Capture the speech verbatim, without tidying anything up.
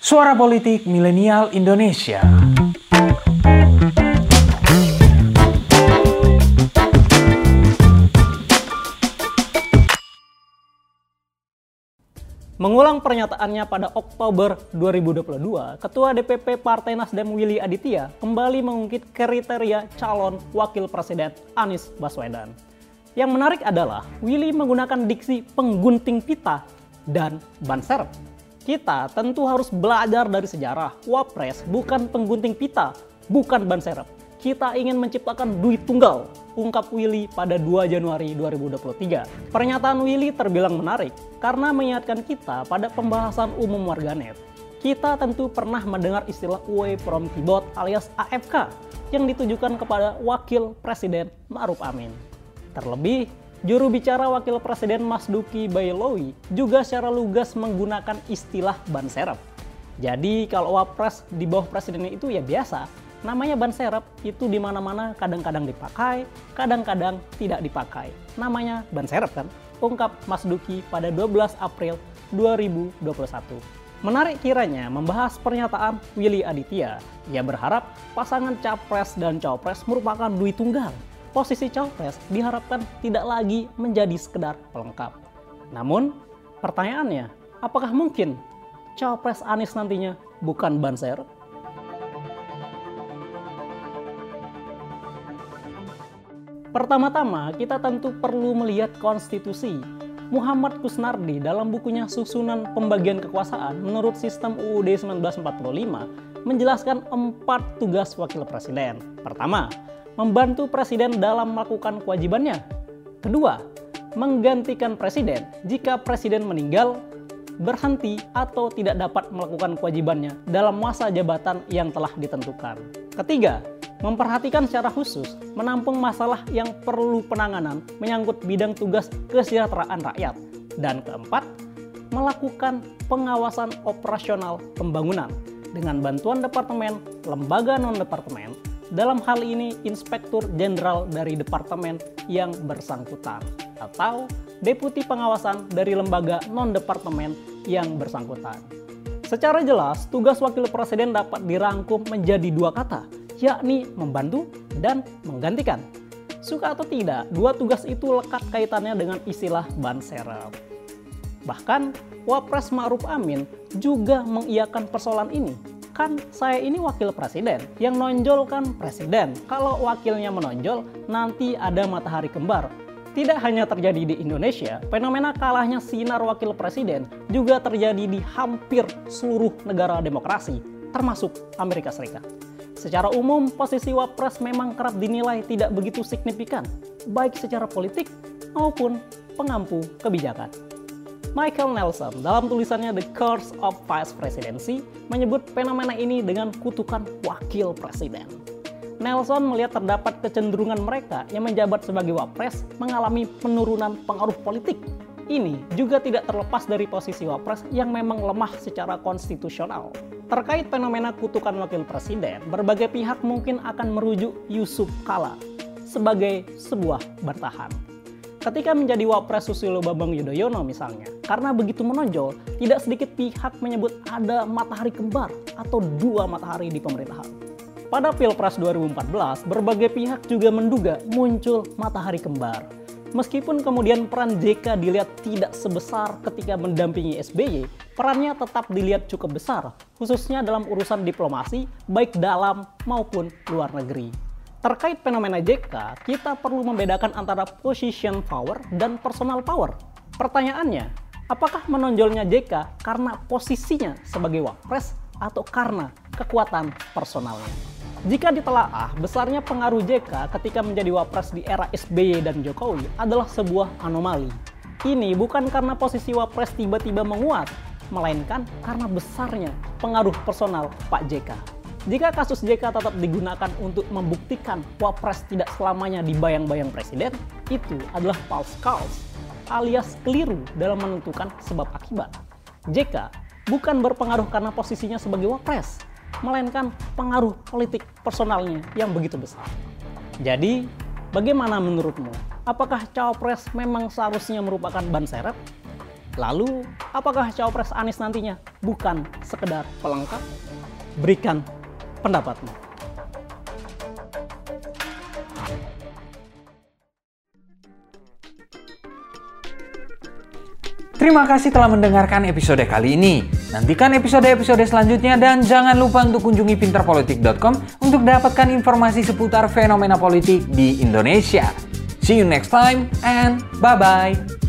Suara Politik Milenial Indonesia. Mengulang pernyataannya pada Oktober dua ribu dua puluh dua, Ketua D P P Partai Nasdem Willy Aditya kembali mengungkit kriteria calon wakil presiden Anies Baswedan. Yang menarik adalah Willy menggunakan diksi penggunting pita dan ban serep. Kita tentu harus belajar dari sejarah. Wapres bukan penggunting pita, bukan ban serep. Kita ingin menciptakan duit tunggal, ungkap Willy pada dua Januari dua ribu dua puluh tiga. Pernyataan Willy terbilang menarik karena mengingatkan kita pada pembahasan umum warganet. Kita tentu pernah mendengar istilah away from keyboard alias A F K yang ditujukan kepada Wakil Presiden Ma'ruf Amin. Terlebih, juru bicara Wakil Presiden Masduki Bailowi juga secara lugas menggunakan istilah ban serep. Jadi kalau wapres di bawah presiden itu ya biasa. Namanya ban serep itu di mana-mana kadang-kadang dipakai, kadang-kadang tidak dipakai. Namanya ban serep kan? Ungkap Masduki pada dua belas April dua ribu dua puluh satu. Menarik kiranya membahas pernyataan Willy Aditya. Ia berharap pasangan capres dan cawapres merupakan duit tunggal. Posisi cawapres diharapkan tidak lagi menjadi sekedar pelengkap. Namun, pertanyaannya, apakah mungkin cawapres Anies nantinya bukan ban serep? Pertama-tama, kita tentu perlu melihat konstitusi. Muhammad Kusnardi dalam bukunya Susunan Pembagian Kekuasaan menurut sistem U U D seribu sembilan ratus empat puluh lima menjelaskan empat tugas wakil presiden. Pertama, membantu presiden dalam melakukan kewajibannya. Kedua, menggantikan presiden jika presiden meninggal, berhenti atau tidak dapat melakukan kewajibannya dalam masa jabatan yang telah ditentukan. Ketiga, memperhatikan secara khusus, menampung masalah yang perlu penanganan menyangkut bidang tugas kesejahteraan rakyat. Dan keempat, melakukan pengawasan operasional pembangunan dengan bantuan departemen, lembaga non-departemen, dalam hal ini Inspektur Jenderal dari Departemen yang bersangkutan atau Deputi Pengawasan dari lembaga non-departemen yang bersangkutan. Secara jelas, tugas wakil presiden dapat dirangkum menjadi dua kata, yakni membantu dan menggantikan. Suka atau tidak, dua tugas itu lekat kaitannya dengan istilah ban serep. Bahkan, Wapres Ma'ruf Amin juga mengiyakan persoalan ini. Kan saya ini wakil presiden, yang nonjol kan presiden. Kalau wakilnya menonjol, nanti ada matahari kembar. Tidak hanya terjadi di Indonesia, fenomena kalahnya sinar wakil presiden juga terjadi di hampir seluruh negara demokrasi, termasuk Amerika Serikat. Secara umum, posisi wapres memang kerap dinilai tidak begitu signifikan, baik secara politik maupun pengampu kebijakan. Michael Nelson dalam tulisannya The Curse of Vice Presidency menyebut fenomena ini dengan kutukan wakil presiden. Nelson melihat terdapat kecenderungan mereka yang menjabat sebagai wapres mengalami penurunan pengaruh politik. Ini juga tidak terlepas dari posisi wapres yang memang lemah secara konstitusional. Terkait fenomena kutukan wakil presiden, berbagai pihak mungkin akan merujuk Yusuf Kala sebagai sebuah bantahan. Ketika menjadi Wapres Susilo Bambang Yudhoyono misalnya, karena begitu menonjol, tidak sedikit pihak menyebut ada matahari kembar atau dua matahari di pemerintahan. Pada Pilpres dua ribu empat belas, berbagai pihak juga menduga muncul matahari kembar. Meskipun kemudian peran J K dilihat tidak sebesar ketika mendampingi S B Y, perannya tetap dilihat cukup besar, khususnya dalam urusan diplomasi, baik dalam maupun luar negeri. Terkait fenomena J K, kita perlu membedakan antara position power dan personal power. Pertanyaannya, apakah menonjolnya J K karena posisinya sebagai wapres atau karena kekuatan personalnya? Jika ditelaah, besarnya pengaruh J K ketika menjadi wapres di era S B Y dan Jokowi adalah sebuah anomali. Ini bukan karena posisi wapres tiba-tiba menguat, melainkan karena besarnya pengaruh personal Pak J K. Jika kasus J K tetap digunakan untuk membuktikan wapres tidak selamanya dibayang-bayang presiden, itu adalah false cause, alias keliru dalam menentukan sebab akibat. J K bukan berpengaruh karena posisinya sebagai wapres, melainkan pengaruh politik personalnya yang begitu besar. Jadi, bagaimana menurutmu? Apakah cawapres memang seharusnya merupakan ban serep? Lalu, apakah Cawapres Anies nantinya bukan sekedar pelengkap? Berikan pendapatmu. Terima kasih telah mendengarkan episode kali ini. Nantikan episode-episode selanjutnya dan jangan lupa untuk kunjungi pinterpolitik dot com untuk dapatkan informasi seputar fenomena politik di Indonesia. See you next time and bye-bye.